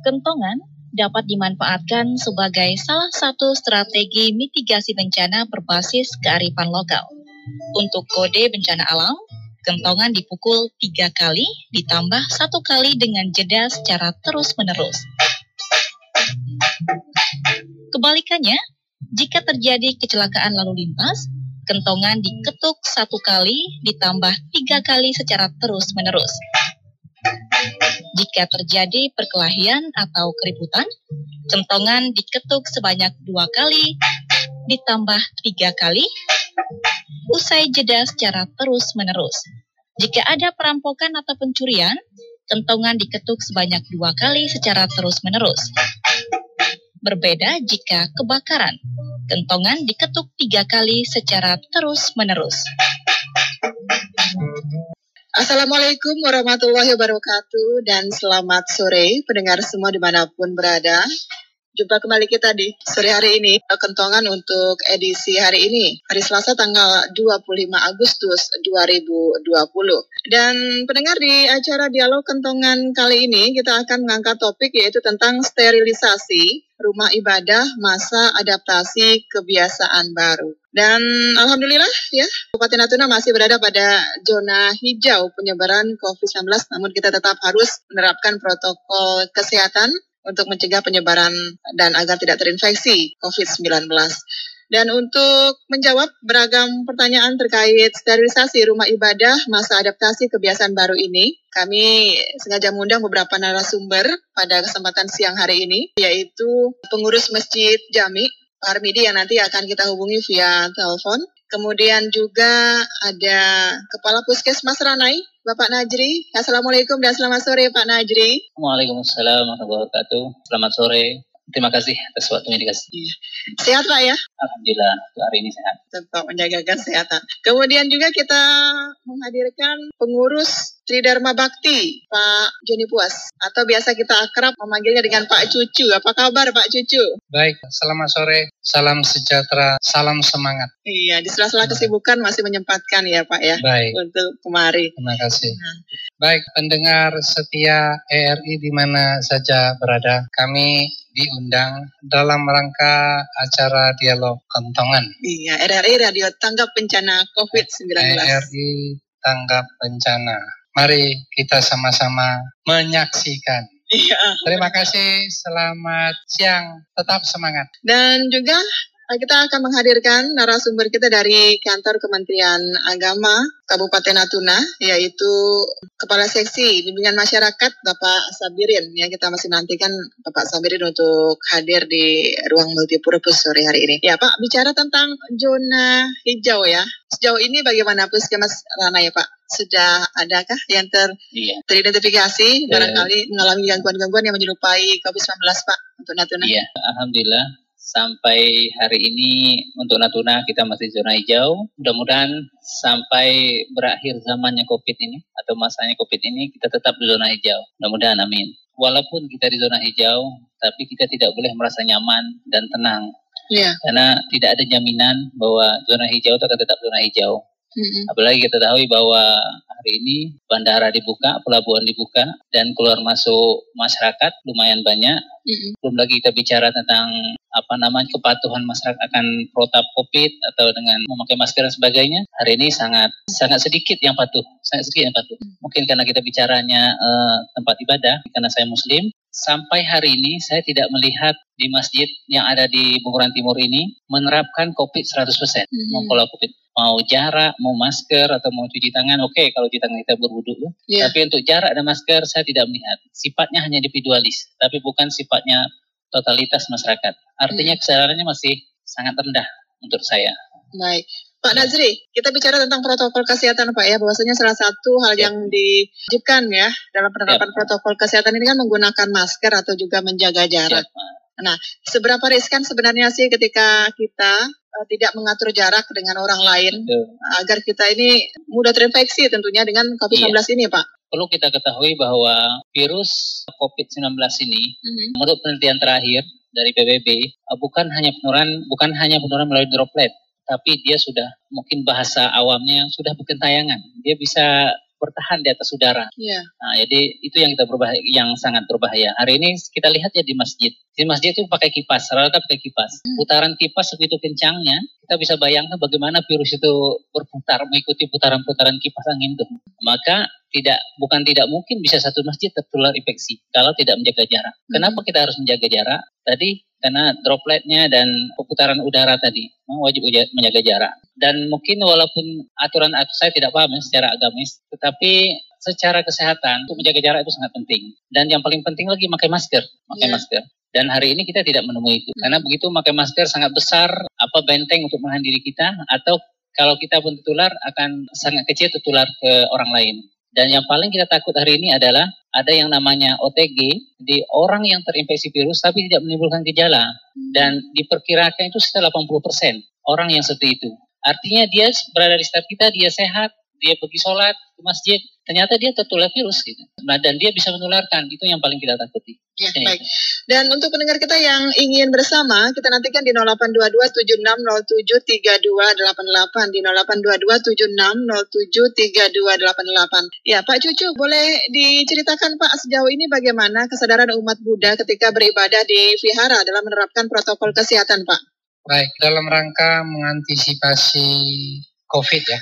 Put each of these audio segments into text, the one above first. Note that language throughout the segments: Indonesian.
Kentongan dapat dimanfaatkan sebagai salah satu strategi mitigasi bencana berbasis kearifan lokal. Untuk kode bencana alam, kentongan dipukul 3 kali ditambah 1 kali dengan jeda secara terus-menerus. Kebalikannya, jika terjadi kecelakaan lalu lintas, kentongan diketuk 1 kali ditambah 3 kali secara terus-menerus. Jika terjadi perkelahian atau keributan, kentongan diketuk sebanyak 2 kali ditambah 3 kali, usai jeda secara terus-menerus. Jika ada perampokan atau pencurian, kentongan diketuk sebanyak 2 kali secara terus-menerus. Berbeda jika kebakaran, kentongan diketuk 3 kali secara terus-menerus. Assalamualaikum warahmatullahi wabarakatuh dan selamat sore pendengar semua dimanapun berada. Jumpa kembali kita di sore hari ini, kentongan untuk edisi hari ini, hari Selasa tanggal 25 Agustus 2020. Dan pendengar, di acara dialog kentongan kali ini kita akan mengangkat topik yaitu tentang sterilisasi rumah ibadah masa adaptasi kebiasaan baru. Dan alhamdulillah ya, Kabupaten Natuna masih berada pada zona hijau penyebaran COVID-19, namun kita tetap harus menerapkan protokol kesehatan untuk mencegah penyebaran dan agar tidak terinfeksi COVID-19. Dan untuk menjawab beragam pertanyaan terkait sterilisasi rumah ibadah masa adaptasi kebiasaan baru ini, kami sengaja mengundang beberapa narasumber pada kesempatan siang hari ini, yaitu pengurus Masjid Jami, Pak Armidi, yang nanti akan kita hubungi via telepon. Kemudian juga ada Kepala Puskesmas Ranai, Bapak Najri. Assalamualaikum dan selamat sore Pak Najri. Waalaikumsalam warahmatullahi wabarakatuh. Selamat sore. Terima kasih atas waktunya dikasih. Sehat Pak ya? Alhamdulillah, hari ini sehat. Tetap menjaga kesehatan. Kemudian juga kita menghadirkan pengurus Tridharma Bakti, Pak Joni Puas. Atau biasa kita akrab memanggilnya dengan Pak Cucu. Apa kabar Pak Cucu? Baik, selamat sore. Salam sejahtera, salam semangat. Iya, di sela-sela kesibukan masih menyempatkan ya Pak ya. Baik. Untuk kemari. Terima kasih. Baik, pendengar setia ERI di mana saja berada, kami diundang dalam rangka acara dialog kentongan. Iya, RRI Radio Tanggap Bencana COVID-19. RRI Tanggap Bencana. Mari kita sama-sama menyaksikan. Iya. Terima kasih, selamat siang, tetap semangat. Dan juga kita akan menghadirkan narasumber kita dari kantor Kementerian Agama Kabupaten Natuna, yaitu Kepala Seksi Bimbingan Masyarakat Bapak Sabirin. Ya, kita masih nantikan Bapak Sabirin untuk hadir di ruang multipurpose sore hari ini. Ya Pak, bicara tentang zona hijau ya. Sejauh ini bagaimana Puskesmas Ranai ya Pak? Sudah adakah yang teridentifikasi barangkali mengalami gangguan-gangguan yang menyerupai COVID-19 Pak untuk Natuna? Iya, alhamdulillah. Sampai hari ini untuk Natuna kita masih zona hijau. Mudah-mudahan sampai berakhir zamannya COVID ini atau masanya COVID ini kita tetap di zona hijau. Mudah-mudahan, amin. Walaupun kita di zona hijau, tapi kita tidak boleh merasa nyaman dan tenang. Iya. Karena tidak ada jaminan bahwa zona hijau itu akan tetap zona hijau. Apalagi kita tahu bahwa hari ini bandara dibuka, pelabuhan dibuka, dan keluar masuk masyarakat lumayan banyak. Belum lagi kita bicara tentang kepatuhan masyarakat akan protap COVID atau dengan memakai masker dan sebagainya. Hari ini sangat sedikit yang patuh, Mungkin karena kita bicaranya tempat ibadah, karena saya Muslim. Sampai hari ini saya tidak melihat di masjid yang ada di Bunguran Timur ini menerapkan COVID 100%. Mempola COVID. Mau jarak, mau masker, atau mau cuci tangan, oke, kalau cuci tangan kita berwudu. Yeah. Tapi untuk jarak dan masker saya tidak melihat. Sifatnya hanya individualis, tapi bukan sifatnya totalitas masyarakat. Artinya kesadarannya masih sangat rendah menurut saya. Baik. Pak Nazri, kita bicara tentang protokol kesehatan Pak ya, bahwasanya salah satu hal yang diwajibkan ya dalam penerapan protokol kesehatan ini kan menggunakan masker atau juga menjaga jarak. Nah, seberapa riskan sebenarnya sih ketika kita tidak mengatur jarak dengan orang lain agar kita ini mudah terinfeksi tentunya dengan COVID-19 ini Pak? Perlu kita ketahui bahwa virus COVID-19 ini menurut penelitian terakhir dari PBB bukan hanya penularan melalui droplet, tapi dia sudah mungkin bahasa awamnya sudah bergentayangan. Dia bisa bertahan di atas udara. Yeah. Nah, jadi itu yang kita berbahaya, yang sangat berbahaya. Hari ini kita lihat ya di masjid. Di masjid itu pakai kipas, rata-rata pakai kipas. Putaran kipas segitu kencangnya, kita bisa bayangkan bagaimana virus itu berputar mengikuti putaran-putaran kipas angin itu. Maka bukan tidak mungkin bisa satu masjid tertular infeksi kalau tidak menjaga jarak. Kenapa kita harus menjaga jarak? Tadi karena dropletnya dan putaran udara tadi wajib menjaga jarak. Dan mungkin walaupun aturan saya tidak paham secara agamis, tetapi secara kesehatan untuk menjaga jarak itu sangat penting. Dan yang paling penting lagi pakai masker. Masker. Dan hari ini kita tidak menemui itu. Karena begitu pakai masker sangat besar benteng untuk menahan diri kita, atau kalau kita pun tertular akan sangat kecil tertular ke orang lain. Dan yang paling kita takut hari ini adalah ada yang namanya OTG, di orang yang terinfeksi virus tapi tidak menimbulkan gejala. Dan diperkirakan itu sekitar 80% orang yang seperti itu. Artinya dia berada di sekitar kita, dia sehat, dia pergi sholat ke masjid, ternyata dia tertular virus gitu. Nah, dan dia bisa menularkan, itu yang paling kita takuti. Ya, baik. Dan untuk pendengar kita yang ingin bersama, kita nantikan di 0822-7607-3288, di 0822-7607-3288. Ya, Pak Cucu, boleh diceritakan Pak sejauh ini bagaimana kesadaran umat Buddha ketika beribadah di vihara dalam menerapkan protokol kesehatan, Pak? Baik, dalam rangka mengantisipasi COVID ya,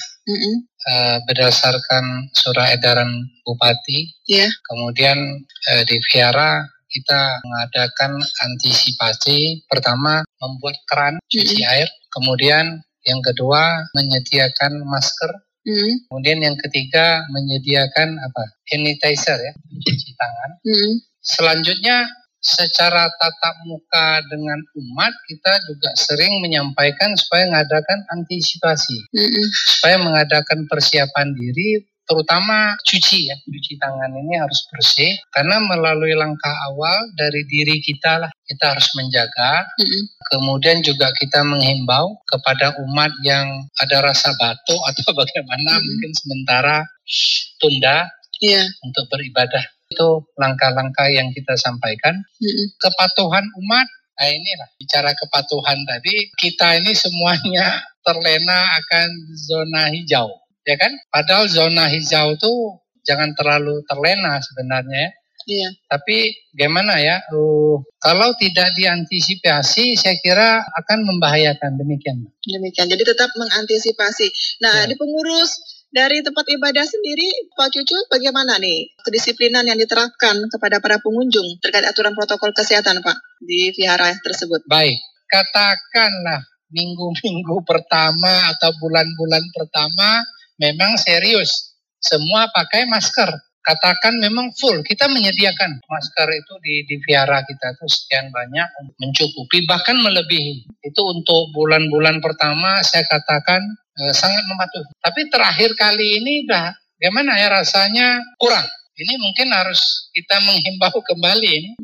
berdasarkan surat edaran Bupati, kemudian di vihara kita mengadakan antisipasi. Pertama, membuat keran cuci air, kemudian yang kedua menyediakan masker, kemudian yang ketiga menyediakan sanitizer ya, cuci tangan. Selanjutnya secara tatap muka dengan umat kita juga sering menyampaikan supaya mengadakan antisipasi, supaya mengadakan persiapan diri, terutama cuci tangan ini harus bersih, karena melalui langkah awal dari diri kita lah kita harus menjaga. Kemudian juga kita menghimbau kepada umat yang ada rasa batuk atau bagaimana mungkin sementara tunda untuk beribadah. Itu langkah-langkah yang kita sampaikan. Kepatuhan umat, nah inilah bicara kepatuhan tadi, kita ini semuanya terlena akan zona hijau, ya kan? Padahal zona hijau tuh jangan terlalu terlena sebenarnya ya. Tapi gimana ya, kalau tidak diantisipasi saya kira akan membahayakan, demikian. Jadi tetap mengantisipasi. Nah, di pengurus dari tempat ibadah sendiri, Pak Cucu, bagaimana nih kedisiplinan yang diterapkan kepada para pengunjung terkait aturan protokol kesehatan, Pak, di vihara tersebut? Baik, katakanlah minggu-minggu pertama atau bulan-bulan pertama memang serius, semua pakai masker. Katakan memang full, kita menyediakan masker itu di vihara kita itu sekian banyak, mencukupi, bahkan melebihi. Itu untuk bulan-bulan pertama saya katakan sangat mematuhi. Tapi terakhir kali ini udah gimana ya, rasanya kurang. Ini mungkin harus kita menghimbau kembali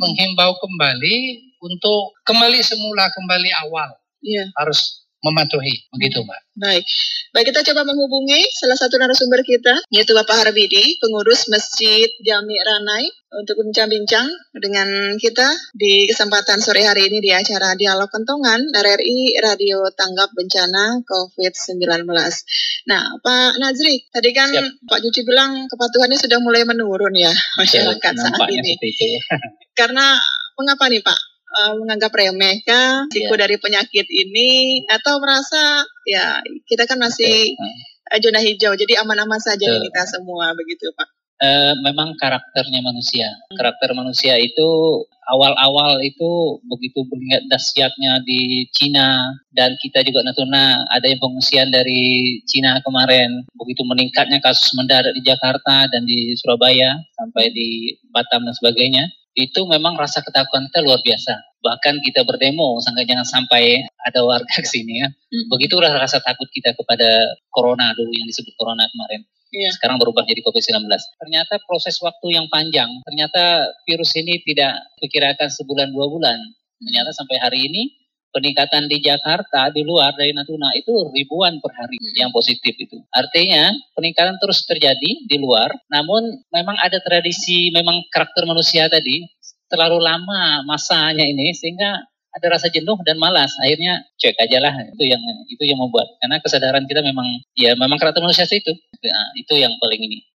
untuk kembali semula, kembali awal. Harus mematuhi, begitu Mbak. Baik, kita coba menghubungi salah satu narasumber kita, yaitu Bapak Harbidi, pengurus Masjid Jami Ranai, untuk bincang-bincang dengan kita di kesempatan sore hari ini di acara Dialog Kentongan RRI Radio Tanggap Bencana COVID-19. Nah, Pak Nazri, tadi kan Pak Cucu bilang kepatuhannya sudah mulai menurun ya masyarakat saat ini. Karena mengapa nih Pak? Menganggap remeh kah risiko dari penyakit ini, atau merasa ya kita kan masih zona hijau jadi aman-aman saja nih kita semua, begitu Pak? Memang karakternya manusia. Karakter manusia itu awal-awal itu begitu melihat dahsyatnya di Cina, dan kita juga Natuna ada yang pengungsian dari Cina kemarin, begitu meningkatnya kasus mendadak di Jakarta dan di Surabaya sampai di Batam dan sebagainya. Itu memang rasa ketakutan kita luar biasa. Bahkan kita berdemo, jangan sampai ada warga ke sini ya. Begitulah rasa takut kita kepada corona dulu, yang disebut corona kemarin. Sekarang berubah jadi COVID-19. Ternyata proses waktu yang panjang. Ternyata virus ini tidak diperkirakan sebulan 2 bulan. Ternyata sampai hari ini peningkatan di Jakarta, di luar dari Natuna itu ribuan per hari yang positif itu. Artinya peningkatan terus terjadi di luar, namun memang ada tradisi, memang karakter manusia tadi terlalu lama masanya ini sehingga ada rasa jenuh dan malas. Akhirnya cek aja lah, itu yang membuat, karena kesadaran kita memang karakter manusia itu. Nah, itu yang paling ini.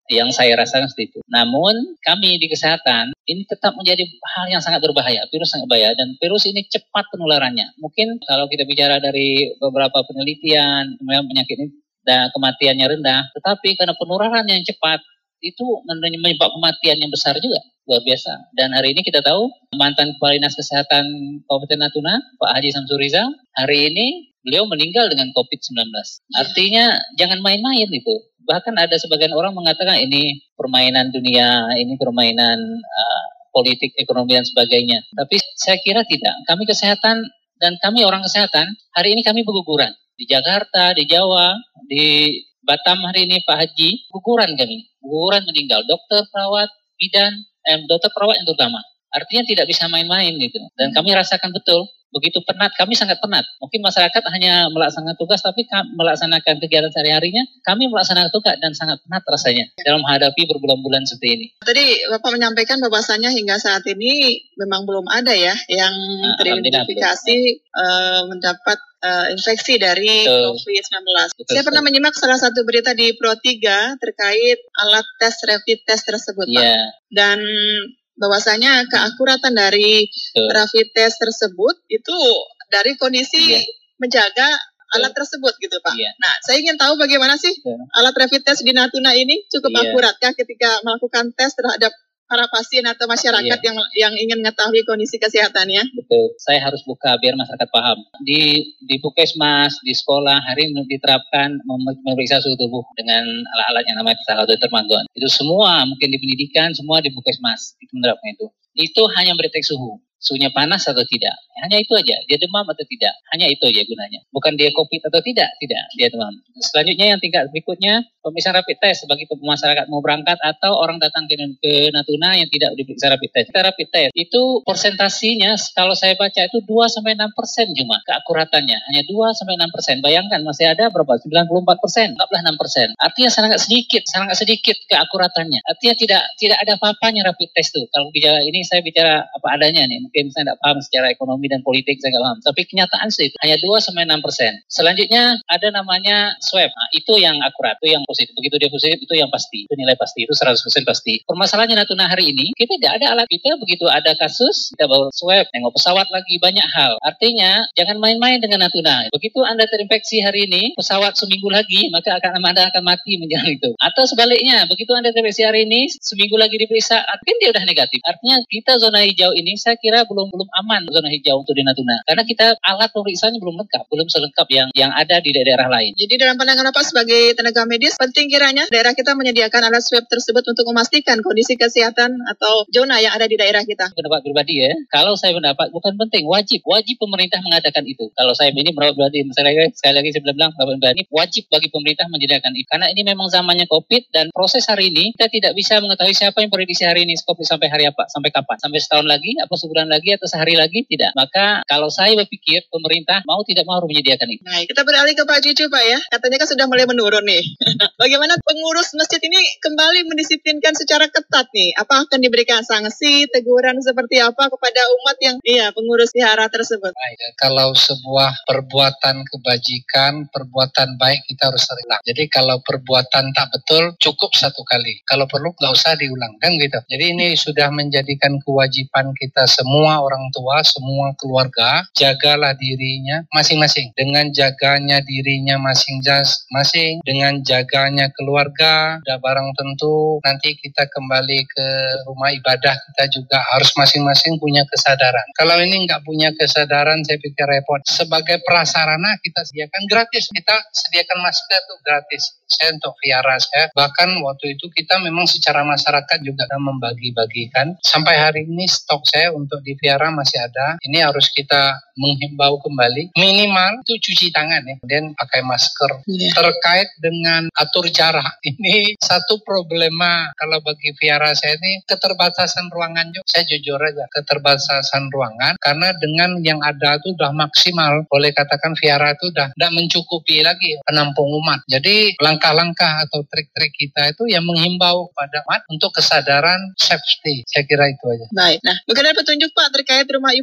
Yang saya rasakan seperti itu. Namun kami di kesehatan ini tetap menjadi hal yang sangat berbahaya. Virus sangat berbahaya dan virus ini cepat penularannya. Mungkin kalau kita bicara dari beberapa penelitian, penyakit ini dan kematiannya rendah, tetapi karena penularan yang cepat itu menyebabkan kematian yang besar juga, luar biasa. Dan hari ini kita tahu mantan Kepala Dinas Kesehatan Kabupaten Natuna, Pak Haji Samsul Rizal, hari ini beliau meninggal dengan COVID-19. Artinya jangan main-main itu. Bahkan ada sebagian orang mengatakan ini permainan dunia, ini permainan politik, ekonomi dan sebagainya. Tapi saya kira tidak. Kami kesehatan dan kami orang kesehatan, hari ini kami berguguran. Di Jakarta, di Jawa, di Batam hari ini Pak Haji, guguran kami. Guguran meninggal. Dokter, perawat, bidan, dokter perawat yang terutama. Artinya tidak bisa main-main gitu. Dan kami rasakan betul, begitu penat, kami sangat penat. Mungkin masyarakat hanya melaksanakan tugas, tapi melaksanakan kegiatan sehari-harinya, kami melaksanakan tugas dan sangat penat rasanya dalam menghadapi berbulan-bulan seperti ini. Tadi Bapak menyampaikan bahwasannya hingga saat ini memang belum ada ya yang teridentifikasi mendapat infeksi dari COVID-19. Saya pernah menyimak salah satu berita di Pro 3 terkait alat tes rapid test tersebut, Pak. Dan bahwasanya keakuratan dari rapid test tersebut itu dari kondisi menjaga alat tersebut gitu, Pak. Nah, saya ingin tahu bagaimana sih alat rapid test di Natuna ini cukup akuratkah ketika melakukan tes terhadap para pasien atau masyarakat yang ingin mengetahui kondisi kesehatannya? Betul. Saya harus buka biar masyarakat paham. Di puskesmas, di sekolah hari ini diterapkan memeriksa suhu tubuh dengan alat-alat yang namanya thermometer termanggon. Itu semua mungkin di pendidikan, semua di puskesmas itu menerapkan itu. Itu hanya mendeteksi suhunya panas atau tidak. Hanya itu aja. Dia demam atau tidak. Hanya itu aja gunanya. Bukan dia COVID atau tidak. Tidak. Dia demam. Selanjutnya yang tingkat berikutnya pemeriksaan rapid test bagi masyarakat mau berangkat atau orang datang ke Natuna yang tidak diperiksa rapid test. Kita rapid test itu persentasinya kalau saya baca itu 2-6% cuma keakuratannya. Hanya 2-6%. Bayangkan masih ada berapa? 94%. 6%. Artinya sangat sedikit keakuratannya. Artinya tidak ada apa-apanya rapid test itu. Kalau bicara ini saya bicara apa adanya nih. Mungkin saya tidak paham secara ekonomi dan politik, saya nggak paham. Tapi kenyataan sih hanya 2-6%. Selanjutnya ada namanya swab. Nah, itu yang akurat, itu yang positif. Begitu dia positif, itu yang pasti. Itu nilai pasti, itu 100% pasti. Permasalahannya Natuna hari ini, kita tidak ada alat. Kita begitu ada kasus, kita baru swab, nengok pesawat lagi, banyak hal. Artinya, jangan main-main dengan Natuna. Begitu Anda terinfeksi hari ini, pesawat seminggu lagi, maka Anda akan mati menjelang itu. Atau sebaliknya, begitu Anda terinfeksi hari ini, seminggu lagi diperiksa, mungkin dia udah negatif. Artinya, kita zona hijau ini, saya kira belum aman zona hijau untuk di Natuna. Karena kita alat pemeriksaannya belum lengkap, belum selengkap yang ada di daerah lain. Jadi dalam pandangan Bapak sebagai tenaga medis, penting kiranya daerah kita menyediakan alat swab tersebut untuk memastikan kondisi kesehatan atau zona yang ada di daerah kita. Pendapat pribadi ya, kalau saya pendapat bukan penting, wajib pemerintah mengadakan itu. Kalau saya ini pribadi, sekali lagi saya bilang ini wajib bagi pemerintah menyediakan itu. Karena ini memang zamannya COVID dan proses hari ini kita tidak bisa mengetahui siapa yang prediksi hari ini COVID sampai hari apa, sampai kapan, sampai setahun lagi, apa sebulan lagi atau sehari lagi, tidak. Maka kalau saya berpikir pemerintah mau tidak mau harus menyediakan itu. Nah, kita beralih ke Pak Cucu, Pak ya. Katanya kan sudah mulai menurun nih. Bagaimana pengurus masjid ini kembali mendisiplinkan secara ketat nih? Apa akan diberikan sanksi, teguran seperti apa kepada umat yang pengurus wihara tersebut? Kalau sebuah perbuatan kebajikan, perbuatan baik kita harus ulang. Jadi kalau perbuatan tak betul cukup satu kali. Kalau perlu nggak usah diulang kan gitu. Jadi ini sudah menjadikan kewajiban kita semua orang tua, semua keluarga, jagalah dirinya masing-masing. Dengan jaganya dirinya masing-masing, dengan jaganya keluarga, udah barang tentu nanti kita kembali ke rumah ibadah kita juga harus masing-masing punya kesadaran. Kalau ini nggak punya kesadaran, saya pikir repot. Sebagai prasarana kita sediakan gratis. Kita sediakan masker itu gratis. Saya untuk vihara saya, bahkan waktu itu kita memang secara masyarakat juga membagi-bagikan. Sampai hari ini stok saya untuk di vihara masih ada. Ini harus kita menghimbau kembali. Minimal itu cuci tangan ya, kemudian pakai masker. Terkait dengan atur jarak, ini satu problema kalau bagi vihara saya ini keterbatasan ruangan juga. Saya jujur aja, keterbatasan ruangan karena dengan yang ada itu udah maksimal. Boleh katakan vihara itu udah tidak mencukupi lagi penampung umat. Jadi langkah-langkah atau trik-trik kita itu yang menghimbau pada umat untuk kesadaran safety. Saya kira itu aja. Baik, nah mungkin ada petunjuk Pak terkait rumah ibadah nih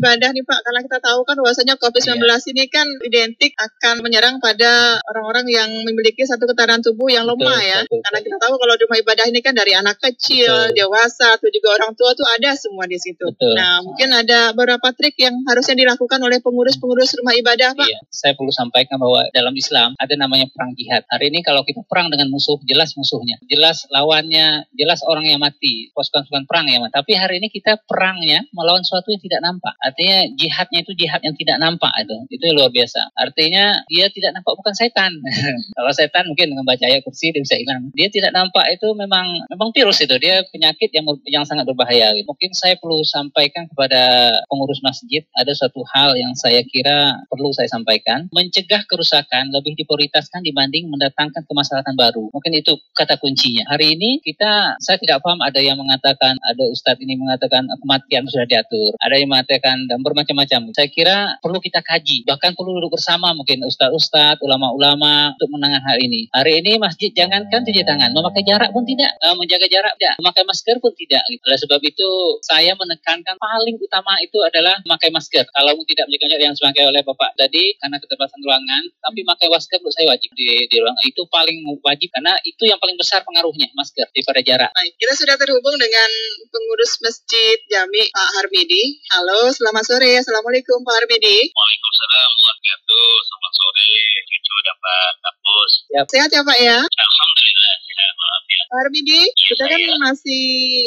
Pak, karena kita tahu kan bahwasanya COVID-19 ini kan identik akan menyerang pada orang-orang yang memiliki satu ketahanan tubuh yang lemah ya. Karena kita tahu kalau di rumah ibadah ini kan dari anak kecil, dewasa, atau juga orang tua tuh ada semua di situ. Nah, mungkin ada beberapa trik yang harusnya dilakukan oleh pengurus-pengurus rumah ibadah, Pak. Iya, saya perlu sampaikan bahwa dalam Islam ada namanya perang jihad. Hari ini kalau kita perang dengan musuh, jelas musuhnya, jelas lawannya, jelas orang yang mati, pasukan perang yang mati. Tapi hari ini kita perangnya melawan sesuatu yang tidak nampak. Artinya jihadnya itu jihad yang tidak nampak itu luar biasa. Artinya dia tidak nampak, bukan setan. Kalau setan mungkin dengan baca ayat kursi dia bisa hilang. Dia tidak nampak itu memang virus itu. Dia penyakit yang sangat berbahaya. Gitu. Mungkin saya perlu sampaikan kepada pengurus masjid ada satu hal yang saya kira perlu saya sampaikan. Mencegah kerusakan lebih diprioritaskan dibanding mendatangkan kemaslahatan baru. Mungkin itu kata kuncinya. Hari ini saya tidak paham, ada yang mengatakan, ada ustadz ini mengatakan kematian sudah diatur. Ada yang mengatakan dan bermacam-macam. Saya kira perlu kita kaji. Bahkan perlu duduk bersama mungkin ustadz-ustadz, ulama-ulama untuk menangani hal ini. Hari ini masjid jangankan cuci tangan, memakai jarak pun tidak, menjaga jarak tidak, memakai masker pun tidak. Oleh sebab itu saya menekankan paling utama itu adalah memakai masker. Kalau tidak menjaga jarak yang dipakai oleh Bapak tadi karena keterbatasan ruangan, tapi memakai masker menurut saya wajib di ruangan. Itu paling wajib karena itu yang paling besar pengaruhnya, masker daripada jarak. Baik, kita sudah terhubung dengan pengurus Masjid Jami Pak Harmidi. Halo, selamat sore. Assalamualaikum Pak Harmidi. Waalaikumsalam warahmatullahi wabarakatuh. Selamat sore, cucu dan Pak Kapus. Sehat ya Pak ya? Alhamdulillah sehat, maaf ya. Pak Harmidi, kita kan masih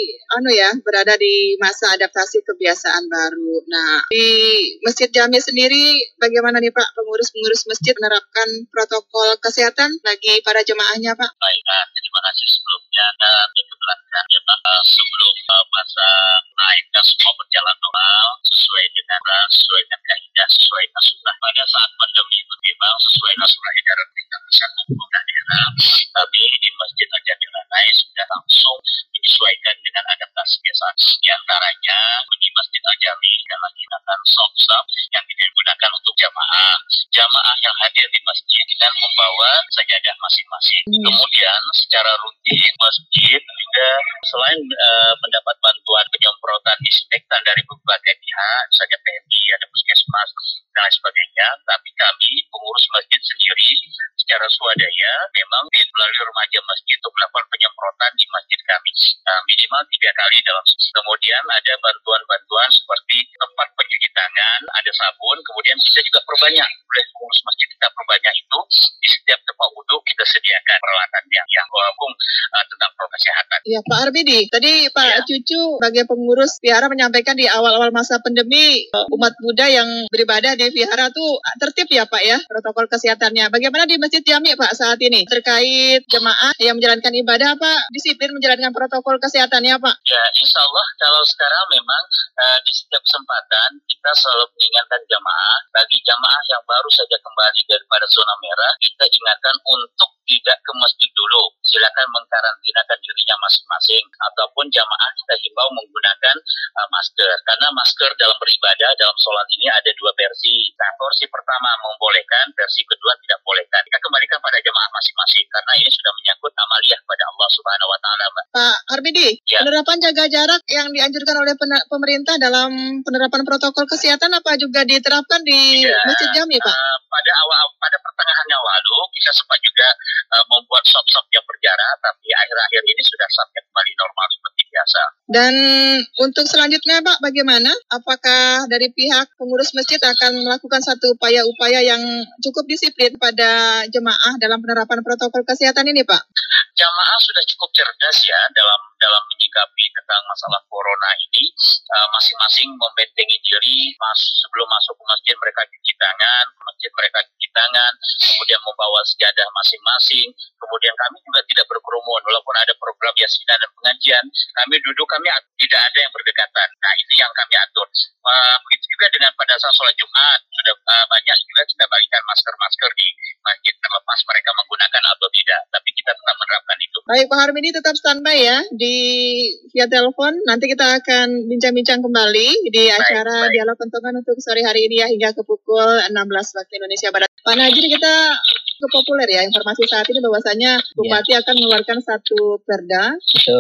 berada di masa adaptasi kebiasaan baru. Nah, di Masjid Jami sendiri bagaimana nih Pak pengurus-pengurus masjid menerapkan protokol kesehatan bagi para jemaahnya Pak? Baik, terima kasih sebelumnya dan kebetulan memang sebelum masa naik dan semua berjalan normal sesuai dengan kaidah, sesuai dengan sunnah. Pada saat pandemi itu memang sesuai dengan surat edaran tingkat satu daerah. Tapi di Masjid Al-Jami Lanai sudah langsung menyesuaikan dengan adaptasi kebiasaan. Di antaranya di Masjid Al-Jami dan lagi gunakan soksam yang digunakan untuk jamaah. Jamaah yang hadir di masjid dengan membawa sajadah masing-masing. Kemudian secara rutin masjid juga selain mendapat bantuan penyemprotan disinfektan dari berbagai pihak, misalnya PMI, ada puskesmas dan lain sebagainya, tapi kami pengurus masjid sendiri secara swadaya memang melalui remaja masjid untuk melakukan penyemprotan di masjid kami minimal 3 kali dalam. Kemudian ada bantuan-bantuan seperti tempat pencuci tangan, ada sabun, kemudian kita juga perbanyak oleh pengurus masjid, kita perbanyak itu di setiap tempat wudhu kita sediakan peralatannya yang mendukung tentang protokol kesehatan. Ya Pak Arbidi, tadi Pak Cucu sebagai pengurus vihara menyampaikan di awal-awal masa pandemi umat Buddha yang beribadah di vihara tuh tertib ya Pak ya protokol kesehatannya. Bagaimana di Masjid Jami Pak saat ini terkait jemaah yang menjalankan ibadah Pak disiplin menjalankan protokol kesehatannya Pak? Ya insya Allah kalau sekarang memang di setiap kesempatan kita selalu mengingatkan jamaah, bagi jamaah yang baru saja kembali daripada zona merah kita ingatkan untuk tidak ke masjid dulu, silakan mengkarantinakan dirinya masing-masing, ataupun jamaah kita himbau menggunakan masker, karena masker dalam beribadah dalam sholat ini ada 2 versi. Nah, versi pertama membolehkan, versi kedua tidak bolehkan. Kita kembalikan pada jamaah masing-masing karena ini sudah menyangkut amaliyah pada Allah Subhanahu Wa Taala. Pak Arbidi, penerapan jaga jarak yang dianjurkan oleh pemerintah dalam penerapan protokol kesehatan apa juga diterapkan di Masjid Jami Pak? Pada pertengahan yang lalu kita sempat juga membuat shop-shop yang berjarak, tapi akhir-akhir ini sudah sampai kembali normal seperti biasa. Dan untuk selanjutnya Pak, bagaimana? Apakah dari pihak pengurus masjid akan melakukan satu upaya-upaya yang cukup disiplin pada jemaah dalam penerapan protokol kesehatan ini Pak? Jamaah sudah cukup cerdas ya dalam menyikapi tentang masalah corona ini. Masing-masing membentengi diri, sebelum masuk ke masjid mereka cuci tangan, kemudian membawa sejadah masing-masing. Kemudian kami juga tidak berkerumun, walaupun ada program yasinan dan pengajian, kami tidak ada yang berdekatan. Nah ini yang kami atur. Begitu juga dengan pada saat sholat Jumat, sudah banyak juga kita bagikan masker-masker di masjid, terlepas mereka menggunakan atau tidak, tapi kita tetap menerapkan itu. Baik Pak Harmidi, tetap standby ya via telepon. Nanti kita akan bincang-bincang kembali di acara Dialog Kentongan untuk sore hari ini ya hingga ke pukul 16 waktu Indonesia Barat. Pak Najir, kita populer ya informasi saat ini bahwasanya Bupati akan mengeluarkan satu perda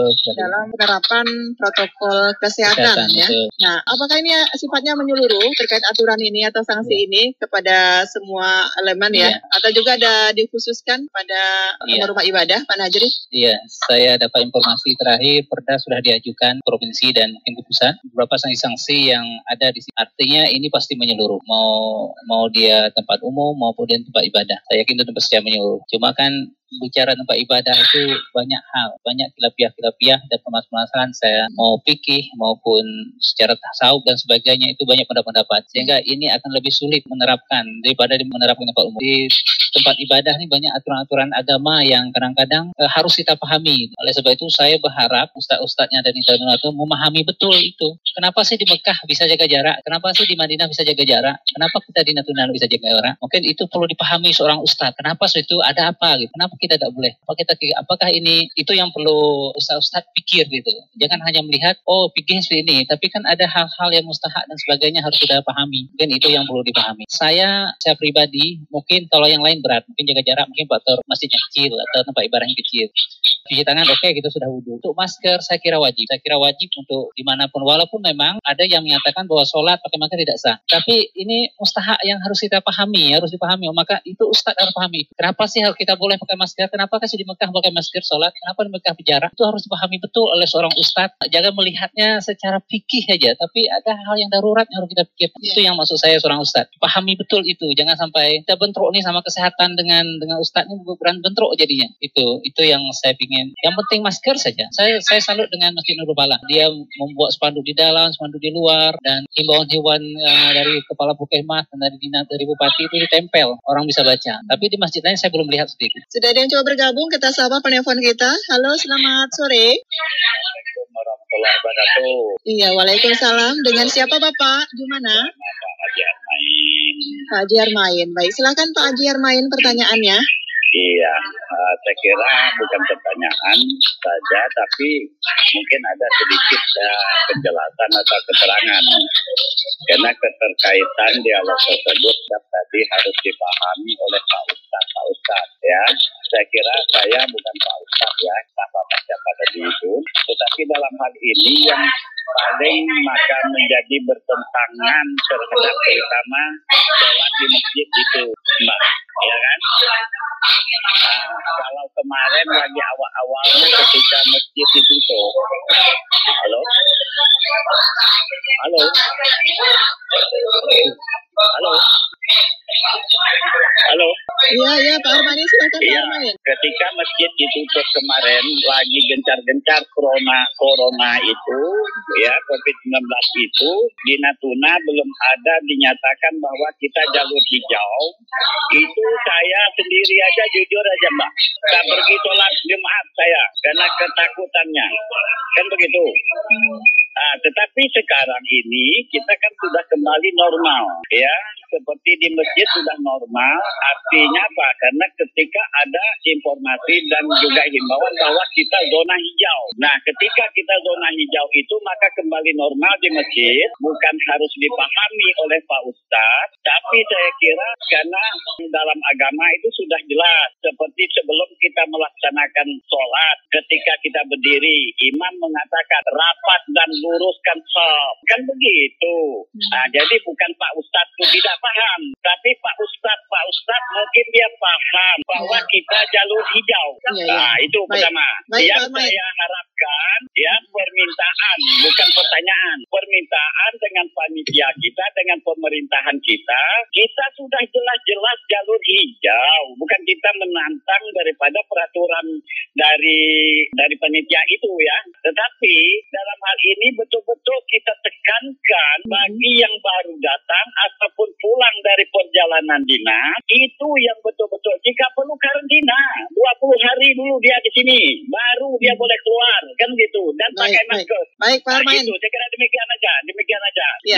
dalam penerapan protokol kesehatan ya. Nah, apakah ini sifatnya menyeluruh terkait aturan ini atau sanksi ini kepada semua elemen ya? Atau juga ada dikhususkan pada rumah ibadah, Pak Najri? Iya, saya dapat informasi terakhir perda sudah diajukan provinsi dan mungkin ke pusat. Beberapa sanksi-sanksi yang ada di sini. Artinya ini pasti menyeluruh. Mau dia tempat umum maupun dia tempat ibadah. Saya yakin itu tempat secara menyeluruh. Cuma kan bicara tempat ibadah itu banyak hal, banyak kilapiah dan permasalahan saya mau fikih maupun secara tasawuf dan sebagainya itu banyak pendapat sehingga ini akan lebih sulit menerapkan daripada menerapkan tempat umum. Di tempat ibadah ini banyak aturan-aturan agama yang kadang-kadang harus kita pahami. Oleh sebab itu saya berharap ustaz-ustaznya dan itu memahami betul itu. Kenapa sih di Mekah bisa jaga jarak? Kenapa sih di Madinah bisa jaga jarak? Kenapa kita di Natuna bisa jaga jarak? Mungkin itu perlu dipahami seorang ustaz. Kenapa itu ada apa gitu? Kenapa kita tidak boleh? Apakah ini itu yang perlu ustaz pikir gitu? Jangan hanya melihat pikir seperti ini, tapi kan ada hal-hal yang mustahak dan sebagainya harus kita pahami. Mungkin itu yang perlu dipahami. Saya pribadi mungkin kalau yang lain berat, mungkin jaga jarak, mungkin faktor masjidnya kecil atau tempat ibadah yang kecil. Cuci tangan kita sudah wudhu. Untuk masker saya kira wajib. Saya kira wajib untuk dimanapun. Walaupun memang ada yang menyatakan bahwa sholat pakai masker tidak sah. Tapi ini mustahak yang harus kita pahami, harus dipahami. Maka itu ustaz harus pahami. Kenapa sih kita boleh pakai masker? Kenapa kasih di Mekah pakai masker sholat? Kenapa di Mekah jarak? Itu harus dipahami betul oleh seorang ustaz. Jangan melihatnya secara fikih saja. Tapi ada hal yang darurat yang harus kita pikirkan. Itu yang maksud saya seorang ustaz. Pahami betul itu. Jangan sampai kita bentrok nih sama kesehatan dengan ustaz ini bukan bentrok jadinya. Itu yang saya ingin. Yang penting masker saja. Saya salut dengan Masjid Nurul Falah. Dia membuat spanduk di dalam, spanduk di luar, dan himbauan-himbauan dari Kepala Puskesmas dan dari Bupati itu ditempel. Orang bisa baca. Tapi di masjid lain saya belum lihat seperti itu. Sudah ada yang coba bergabung, kita sapa penelpon kita. Halo, selamat sore. Assalamualaikum warahmatullahi wabarakatuh. Iya, waalaikumsalam. Dengan siapa Bapak? Di mana? Pak Haji Armain. Pak Haji Armain. Baik, silakan Pak Haji Armain pertanyaannya. Iya, saya kira bukan pertanyaan saja, tapi mungkin ada sedikit penjelasan atau keterangan. Karena keterkaitan dialog tersebut tadi harus dipahami oleh Pak Ustadz ya. Saya kira saya bukan Pak Ustadz ya, siapa tadi itu. Tetapi dalam hal ini yang paling maka menjadi bertentangan terhadap terutama sholat di masjid itu, Mbak. Ya kan? Kalau kemarin lagi awal-awalnya ketika masjid ditutup. Halo? Iya, Pak Armain, silakan Pak Armain. Ketika masjid ditutup kemarin lagi gencar-gencar corona itu, ya COVID-19 itu, di Natuna belum ada dinyatakan bahwa kita jalur hijau. Itu saya sendiri aja jujur aja Mbak, tak pergi sholat jemaat saya karena ketakutannya, kan begitu. Tetapi sekarang ini kita kan sudah kembali normal, ya. Seperti di masjid sudah normal, artinya apa? Karena ketika ada informasi dan juga himbauan bahwa kita zona hijau. Nah, ketika kita zona hijau itu, maka kembali normal di masjid, bukan harus dipahami oleh Pak Ustadz, tapi saya kira karena dalam agama itu sudah jelas, seperti sebelum kita melaksanakan sholat, ketika kita berdiri, imam mengatakan rapat dan luruskan shaf, kan begitu. Nah, jadi bukan Pak Ustadz itu tidak paham, tapi Pak Ustadz mungkin dia paham bahwa kita jalur hijau. Nah, itu pertama. Yang saya harapkan ya permintaan, bukan pertanyaan. Permintaan dengan panitia kita, dengan pemerintahan kita sudah jelas-jelas jalur hijau. Bukan kita menantang daripada peraturan dari panitia itu ya. Tetapi dalam hal ini betul-betul kita tekankan bagi yang baru datang ataupun pulang dari perjalanan dinas, itu yang betul-betul jika perlu karantina 20 hari dulu dia di sini, baru dia boleh keluar, kan gitu, dan pakai masker. Baik, Pak Armain. Gitu. Saya kira demikian aja. Ya.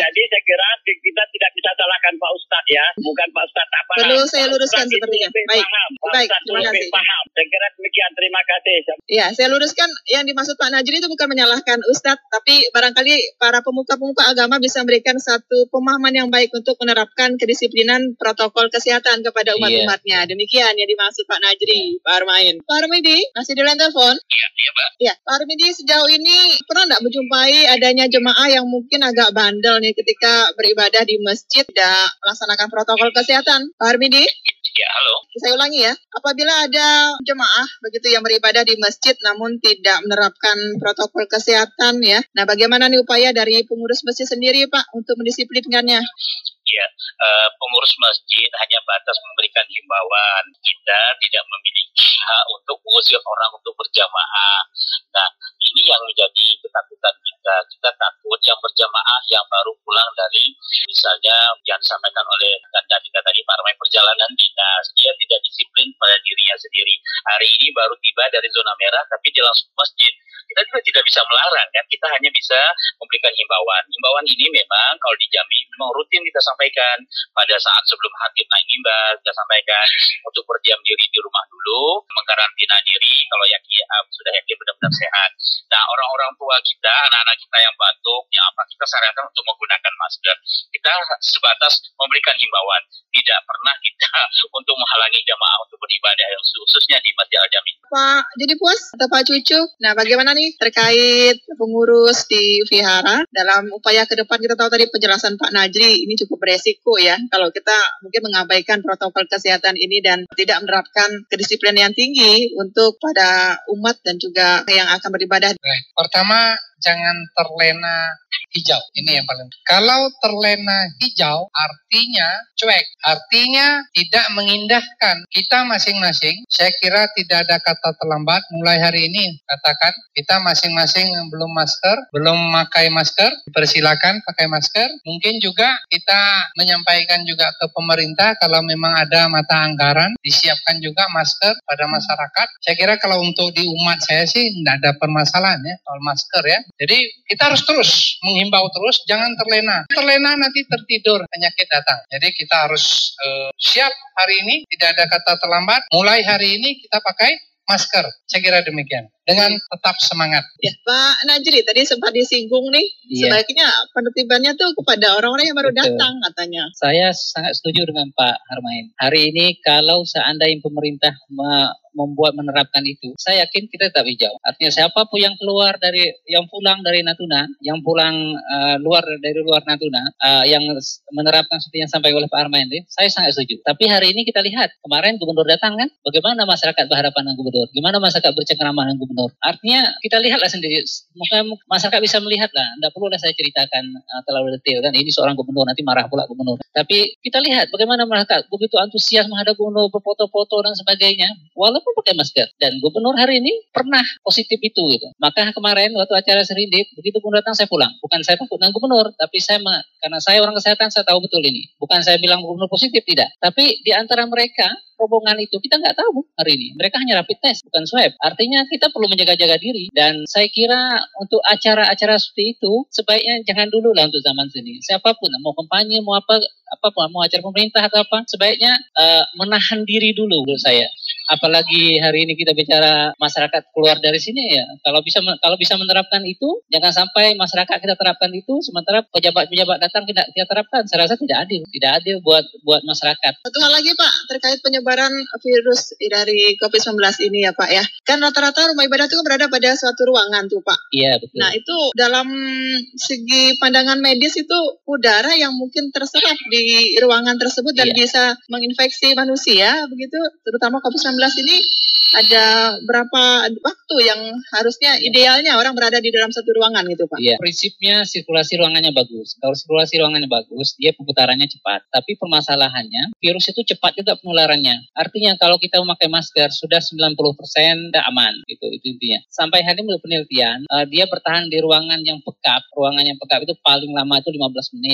Jadi saya kira kita tidak bisa salahkan Pak Ustadz ya, bukan Pak Ustadz tak paham. Perlu saya luruskan sepertinya. Baik, Pak Ustadz terima kasih. paham. Saya kira demikian, terima kasih. Ya, saya luruskan yang dimaksud Pak Najri itu bukan menyalahkan Ustadz, tapi barangkali para pemuka-pemuka agama bisa memberikan satu pemahaman yang baik untuk menerapkan kedisiplinan protokol kesehatan kepada umat-umatnya. Demikian yang dimaksud Pak Najri, Pak Armain. Pak Armidi, masih di line telepon? Iya, Pak. Ya, Pak Armidi, sejauh ini pernah nggak menjumpai adanya jemaah yang mungkin agak bandel nih ketika beribadah di masjid tidak melaksanakan protokol kesehatan? Pak Armidi? Ya, halo. Saya ulangi ya, apabila ada jemaah begitu yang beribadah di masjid namun tidak menerapkan protokol kesehatan ya, nah bagaimana nih upaya dari pengurus masjid sendiri Pak untuk mendisiplinkannya? Ya, pengurus masjid hanya batas memberikan himbauan. Kita tidak memiliki hak untuk mengusir orang untuk berjamaah. Nah, ini yang menjadi ketakutan kita. Kita takut yang berjamaah yang baru pulang dari, misalnya yang disampaikan oleh kita tadi, Pak Ramai, perjalanan dinas. Dia tidak disiplin pada dirinya sendiri. Hari ini baru tiba dari zona merah, tapi dia langsung ke masjid. Kita juga tidak bisa melarang, kan? Kita hanya bisa memberikan himbauan. Himbauan ini memang kalau di Jambi memang rutin kita sampaikan pada saat sebelum khatib naik mimbar. Kita sampaikan untuk berdiam diri di rumah dulu, mengkarantina diri kalau sudah yakin benar-benar sehat. Nah, orang-orang tua kita, anak-anak kita yang batuk, yang apa, kita sarankan untuk menggunakan masker. Kita sebatas memberikan himbauan, tidak pernah kita untuk menghalangi jamaah untuk beribadah, khususnya di Masjid Al-Jami. Pak jadi puas atau Pak Cucu, nah bagaimana nih terkait pengurus di vihara dalam upaya ke depan? Kita tahu tadi penjelasan Pak Najri ini cukup beresiko ya kalau kita mungkin mengabaikan protokol kesehatan ini dan tidak menerapkan kedisiplinan yang tinggi untuk pada umat dan juga yang akan beribadah. Baik. Pertama, jangan terlena hijau. Ini yang paling. Kalau terlena hijau, artinya cuek. Artinya tidak mengindahkan. Kita masing-masing, saya kira tidak ada kata terlambat. Mulai hari ini, katakan kita masing-masing belum memakai masker, persilakan pakai masker. Mungkin juga kita menyampaikan juga ke pemerintah kalau memang ada mata anggaran, disiapkan juga masker pada masyarakat. Saya kira kalau untuk di umat saya sih tidak ada permasalahan ya soal masker ya. Jadi kita harus terus menghimbau terus, jangan terlena. Terlena nanti tertidur, penyakit datang. Jadi kita harus siap hari ini, tidak ada kata terlambat. Mulai hari ini kita pakai masker. Saya kira demikian. Dengan tetap semangat. Ya, Pak Najri tadi sempat disinggung nih, sebaiknya penertibannya tuh kepada orang-orang yang baru datang katanya. Saya sangat setuju dengan Pak Harmain. Hari ini kalau seandainya pemerintah menerapkan itu, saya yakin kita tetap hijau. Artinya siapapun yang pulang dari Natuna, yang pulang dari luar Natuna, yang menerapkan seperti yang sampai oleh Pak Harmain ini, saya sangat setuju. Tapi hari ini kita lihat, kemarin gubernur datang kan, bagaimana masyarakat berhadapan dengan gubernur, gimana masyarakat bercengkrama dengan gubernur. Artinya kita lihatlah sendiri, mungkin masyarakat bisa melihat lah, tidak perlu saya ceritakan terlalu detail kan, ini seorang gubernur, nanti marah pula gubernur. Tapi kita lihat bagaimana masyarakat begitu antusias menghadap gubernur, berfoto-foto dan sebagainya, walaupun pakai masker. Dan gubernur hari ini pernah positif itu gitu. Maka kemarin waktu acara Serindip, begitu gubernur datang saya pulang. Bukan saya takut dengan gubernur, tapi karena saya orang kesehatan, saya tahu betul ini. Bukan saya bilang gubernur positif, tidak. Tapi di antara mereka, rombongan itu kita nggak tahu hari ini. Mereka hanya rapid test, bukan swab. Artinya kita perlu menjaga-jaga diri. Dan saya kira untuk acara-acara seperti itu, sebaiknya jangan dulu lah untuk zaman sini. Siapapun, mau kampanye, mau mau acara pemerintah atau apa, sebaiknya menahan diri dulu menurut saya. Apalagi hari ini kita bicara masyarakat keluar dari sini ya. Kalau bisa menerapkan itu, jangan sampai masyarakat kita terapkan itu, sementara pejabat-pejabat datang tidak kita terapkan. Saya rasa tidak adil buat masyarakat. Satu hal lagi Pak, terkait penyebaran virus dari COVID-19 ini ya Pak ya. Kan rata-rata rumah ibadah itu berada pada suatu ruangan tuh Pak. Iya betul. Nah itu dalam segi pandangan medis itu udara yang mungkin terserap di ruangan tersebut dan bisa menginfeksi manusia begitu, terutama COVID-19 ini ada berapa waktu yang harusnya idealnya orang berada di dalam satu ruangan gitu Pak? Iya, prinsipnya sirkulasi ruangannya bagus. Kalau sirkulasi ruangannya bagus, dia perputarannya cepat. Tapi permasalahannya, virus itu cepat juga penularannya. Artinya kalau kita memakai masker sudah 90% sudah aman gitu, itu intinya. Sampai hari ini menurut penelitian, dia bertahan di ruangan yang pekap. Ruangan yang pekap itu paling lama itu 15 menit.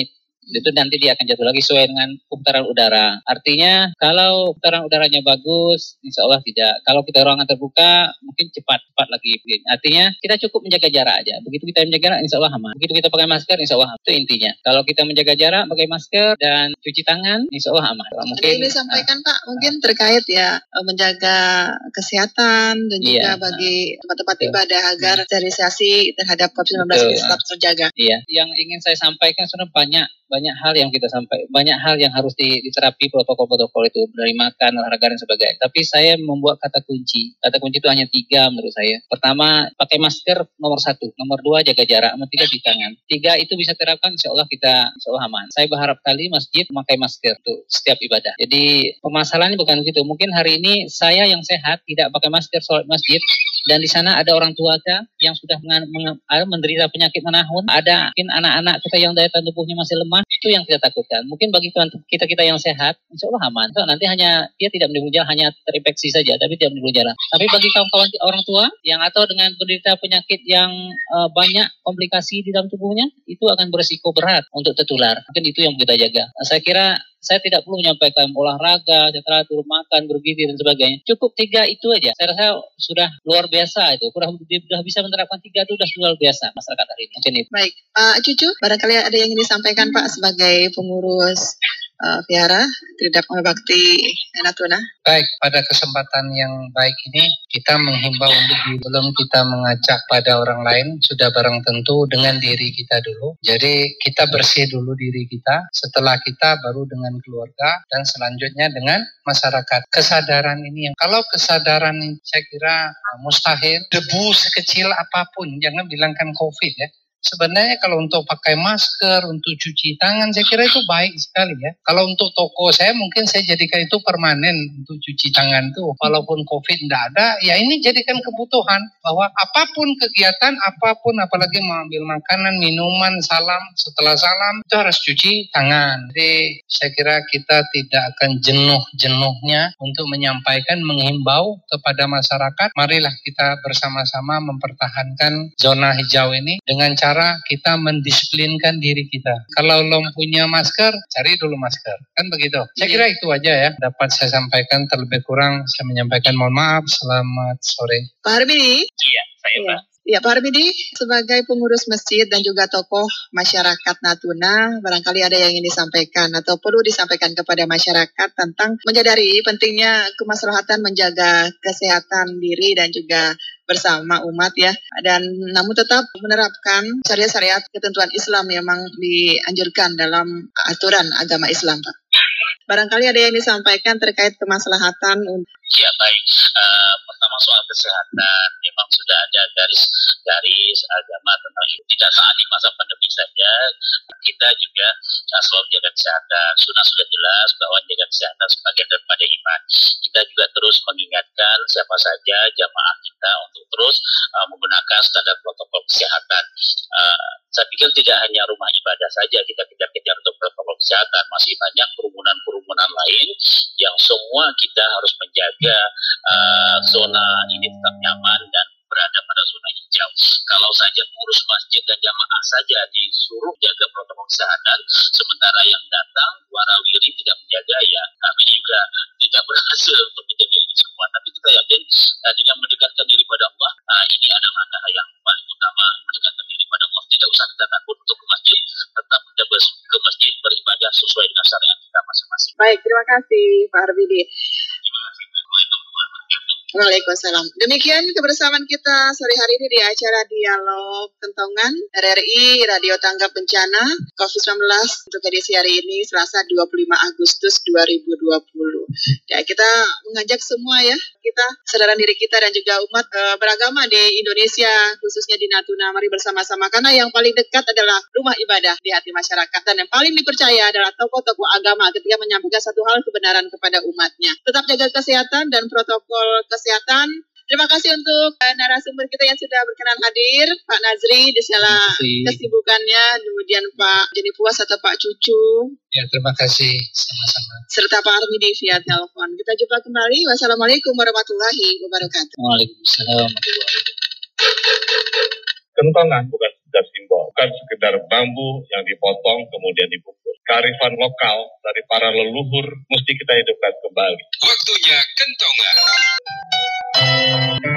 Itu nanti dia akan jatuh lagi sesuai dengan putaran udara. Artinya kalau putaran udaranya bagus, insya Allah tidak. Kalau kita ruangan terbuka, mungkin cepat lagi. Artinya kita cukup menjaga jarak aja. Begitu kita menjaga jarak, insya Allah aman. Begitu kita pakai masker, insya Allah aman. Itu intinya. Kalau kita menjaga jarak, pakai masker dan cuci tangan, insya Allah aman. Mungkin ini disampaikan Pak, mungkin terkait ya menjaga kesehatan dan juga bagi tempat-tempat ibadah agar sterilisasi terhadap COVID-19 ini tetap terjaga. Iya. Yang ingin saya sampaikan sebenarnya banyak hal yang kita sampaikan, banyak hal yang harus diterapi protokol-protokol itu dari makan, olahraga dan sebagainya. Tapi saya membuat kata kunci. Kata kunci itu hanya 3 menurut saya. Pertama, pakai masker nomor 1, nomor 2 jaga jarak, nomor 3 cuci tangan. 3 itu bisa terapkan, insya Allah aman. Saya berharap kali masjid memakai masker untuk setiap ibadah. Jadi permasalahannya bukan begitu. Mungkin hari ini saya yang sehat tidak pakai masker sholat masjid, dan di sana ada orang tua yang sudah menderita penyakit menahun, ada mungkin anak-anak kita yang daya tahan tubuhnya masih lemah. Itu yang kita takutkan. Mungkin bagi kita yang sehat, insya Allah aman. So, nanti hanya dia tidak menimbulkan gejala, hanya terinfeksi saja, tapi tidak menimbulkan gejala. Tapi bagi kawan-kawan orang tua yang atau dengan penderita penyakit yang banyak komplikasi di dalam tubuhnya, itu akan berisiko berat untuk tertular. Mungkin itu yang kita jaga. Saya kira saya tidak perlu menyampaikan olahraga, teratur, makan, bergizi dan sebagainya. Cukup 3 itu aja. Saya rasa sudah luar biasa itu. Sudah bisa menerapkan 3 itu sudah luar biasa masyarakat hari ini. Mungkin itu. Baik, Cucu, barangkali ada yang ingin disampaikan Pak sebagai pengurus Vihara Tridharma Bakti Natuna. Baik, pada kesempatan yang baik ini kita menghimbau untuk sebelum kita mengajak pada orang lain, sudah barang tentu dengan diri kita dulu. Jadi kita bersih dulu diri kita, setelah kita baru dengan keluarga dan selanjutnya dengan masyarakat. Kesadaran ini kalau kesadaran ini saya kira mustahil. Debu sekecil apapun, jangan bilangkan COVID ya. Sebenarnya kalau untuk pakai masker, untuk cuci tangan, saya kira itu baik sekali ya. Kalau untuk toko saya mungkin saya jadikan itu permanen untuk cuci tangan tuh. Walaupun COVID tidak ada, ya ini jadikan kebutuhan bahwa apapun kegiatan, apapun apalagi mengambil makanan, minuman, salam, setelah salam itu harus cuci tangan. Jadi saya kira kita tidak akan jenuh-jenuhnya untuk menyampaikan, menghimbau kepada masyarakat. Marilah kita bersama-sama mempertahankan zona hijau ini dengan cara kita mendisiplinkan diri kita. Kalau belum punya masker, cari dulu masker. Kan begitu. Saya kira itu aja ya. Dapat saya sampaikan, terlebih kurang saya menyampaikan mohon maaf. Selamat sore. Pak Harbidi? Iya, saya Pak. Ya, Pak Harbidi, sebagai pengurus masjid dan juga tokoh masyarakat Natuna, barangkali ada yang ingin disampaikan atau perlu disampaikan kepada masyarakat tentang menyadari pentingnya kemaslahatan menjaga kesehatan diri dan juga bersama umat ya, dan namun tetap menerapkan syariat-syariat ketentuan Islam yang memang dianjurkan dalam aturan agama Islam, Pak. Barangkali ada yang disampaikan terkait kemaslahatan. Ya baik, pertama soal kesehatan, memang sudah ada garis agama tentang itu. Tidak saat di masa pandemi saja, kita juga selalu menjaga kesehatan. Sudah jelas bahwa menjaga kesehatan sebagian daripada iman. Kita juga terus mengingatkan siapa saja jamaah kita untuk terus menggunakan standar protokol kesehatan. Saya pikir tidak hanya rumah ibadah saja kita kejar untuk protokol kesehatan, masih banyak kerumunan lain yang semua kita harus menjaga zona ini tetap nyaman dan berada pada zona hijau. Kalau saja pengurus masjid dan jamaah saja disuruh jaga protokol kesehatan, sementara yang datang warawiri tidak menjaga, ya kami juga tidak berhasil untuk menjaga ini semua. Tapi kita yakin dengan mendekatkan diri pada Allah, ini adalah langkah yang paling utama, mendekatkan diri pada Allah. Tidak usah kita takut untuk ke masjid, tetap kita ke masjid beribadah sesuai dengan syariat kita masing-masing. Baik, terima kasih Pak Harbidi. Terima kasih. Waalaikumsalam. Demikian kebersamaan kita sore hari ini di acara Dialog Kentongan RRI Radio Tanggap Bencana COVID-19 untuk edisi hari ini Selasa 25 Agustus 2020. Ya, kita mengajak semua ya, kita saudara diri kita dan juga umat beragama di Indonesia, khususnya di Natuna, mari bersama-sama, karena yang paling dekat adalah rumah ibadah di hati masyarakat, dan yang paling dipercaya adalah tokoh-tokoh agama ketika menyampaikan satu hal kebenaran kepada umatnya. Tetap jaga kesehatan dan protokol kesehatan. Terima kasih untuk narasumber kita yang sudah berkenan hadir, Pak Nazri di segala kesibukannya, kemudian Pak Jeni Puas atau Pak Cucu. Ya, terima kasih sama-sama. Serta Pak Armidi via telepon. Kita jumpa kembali. Wassalamualaikum warahmatullahi wabarakatuh. Waalaikumsalam. Kentongan bukan sekedar simbol, bukan sekedar bambu yang dipotong kemudian dibungkus. kearifan lokal dari para leluhur mesti kita hidupkan kembali. Waktunya kentongan.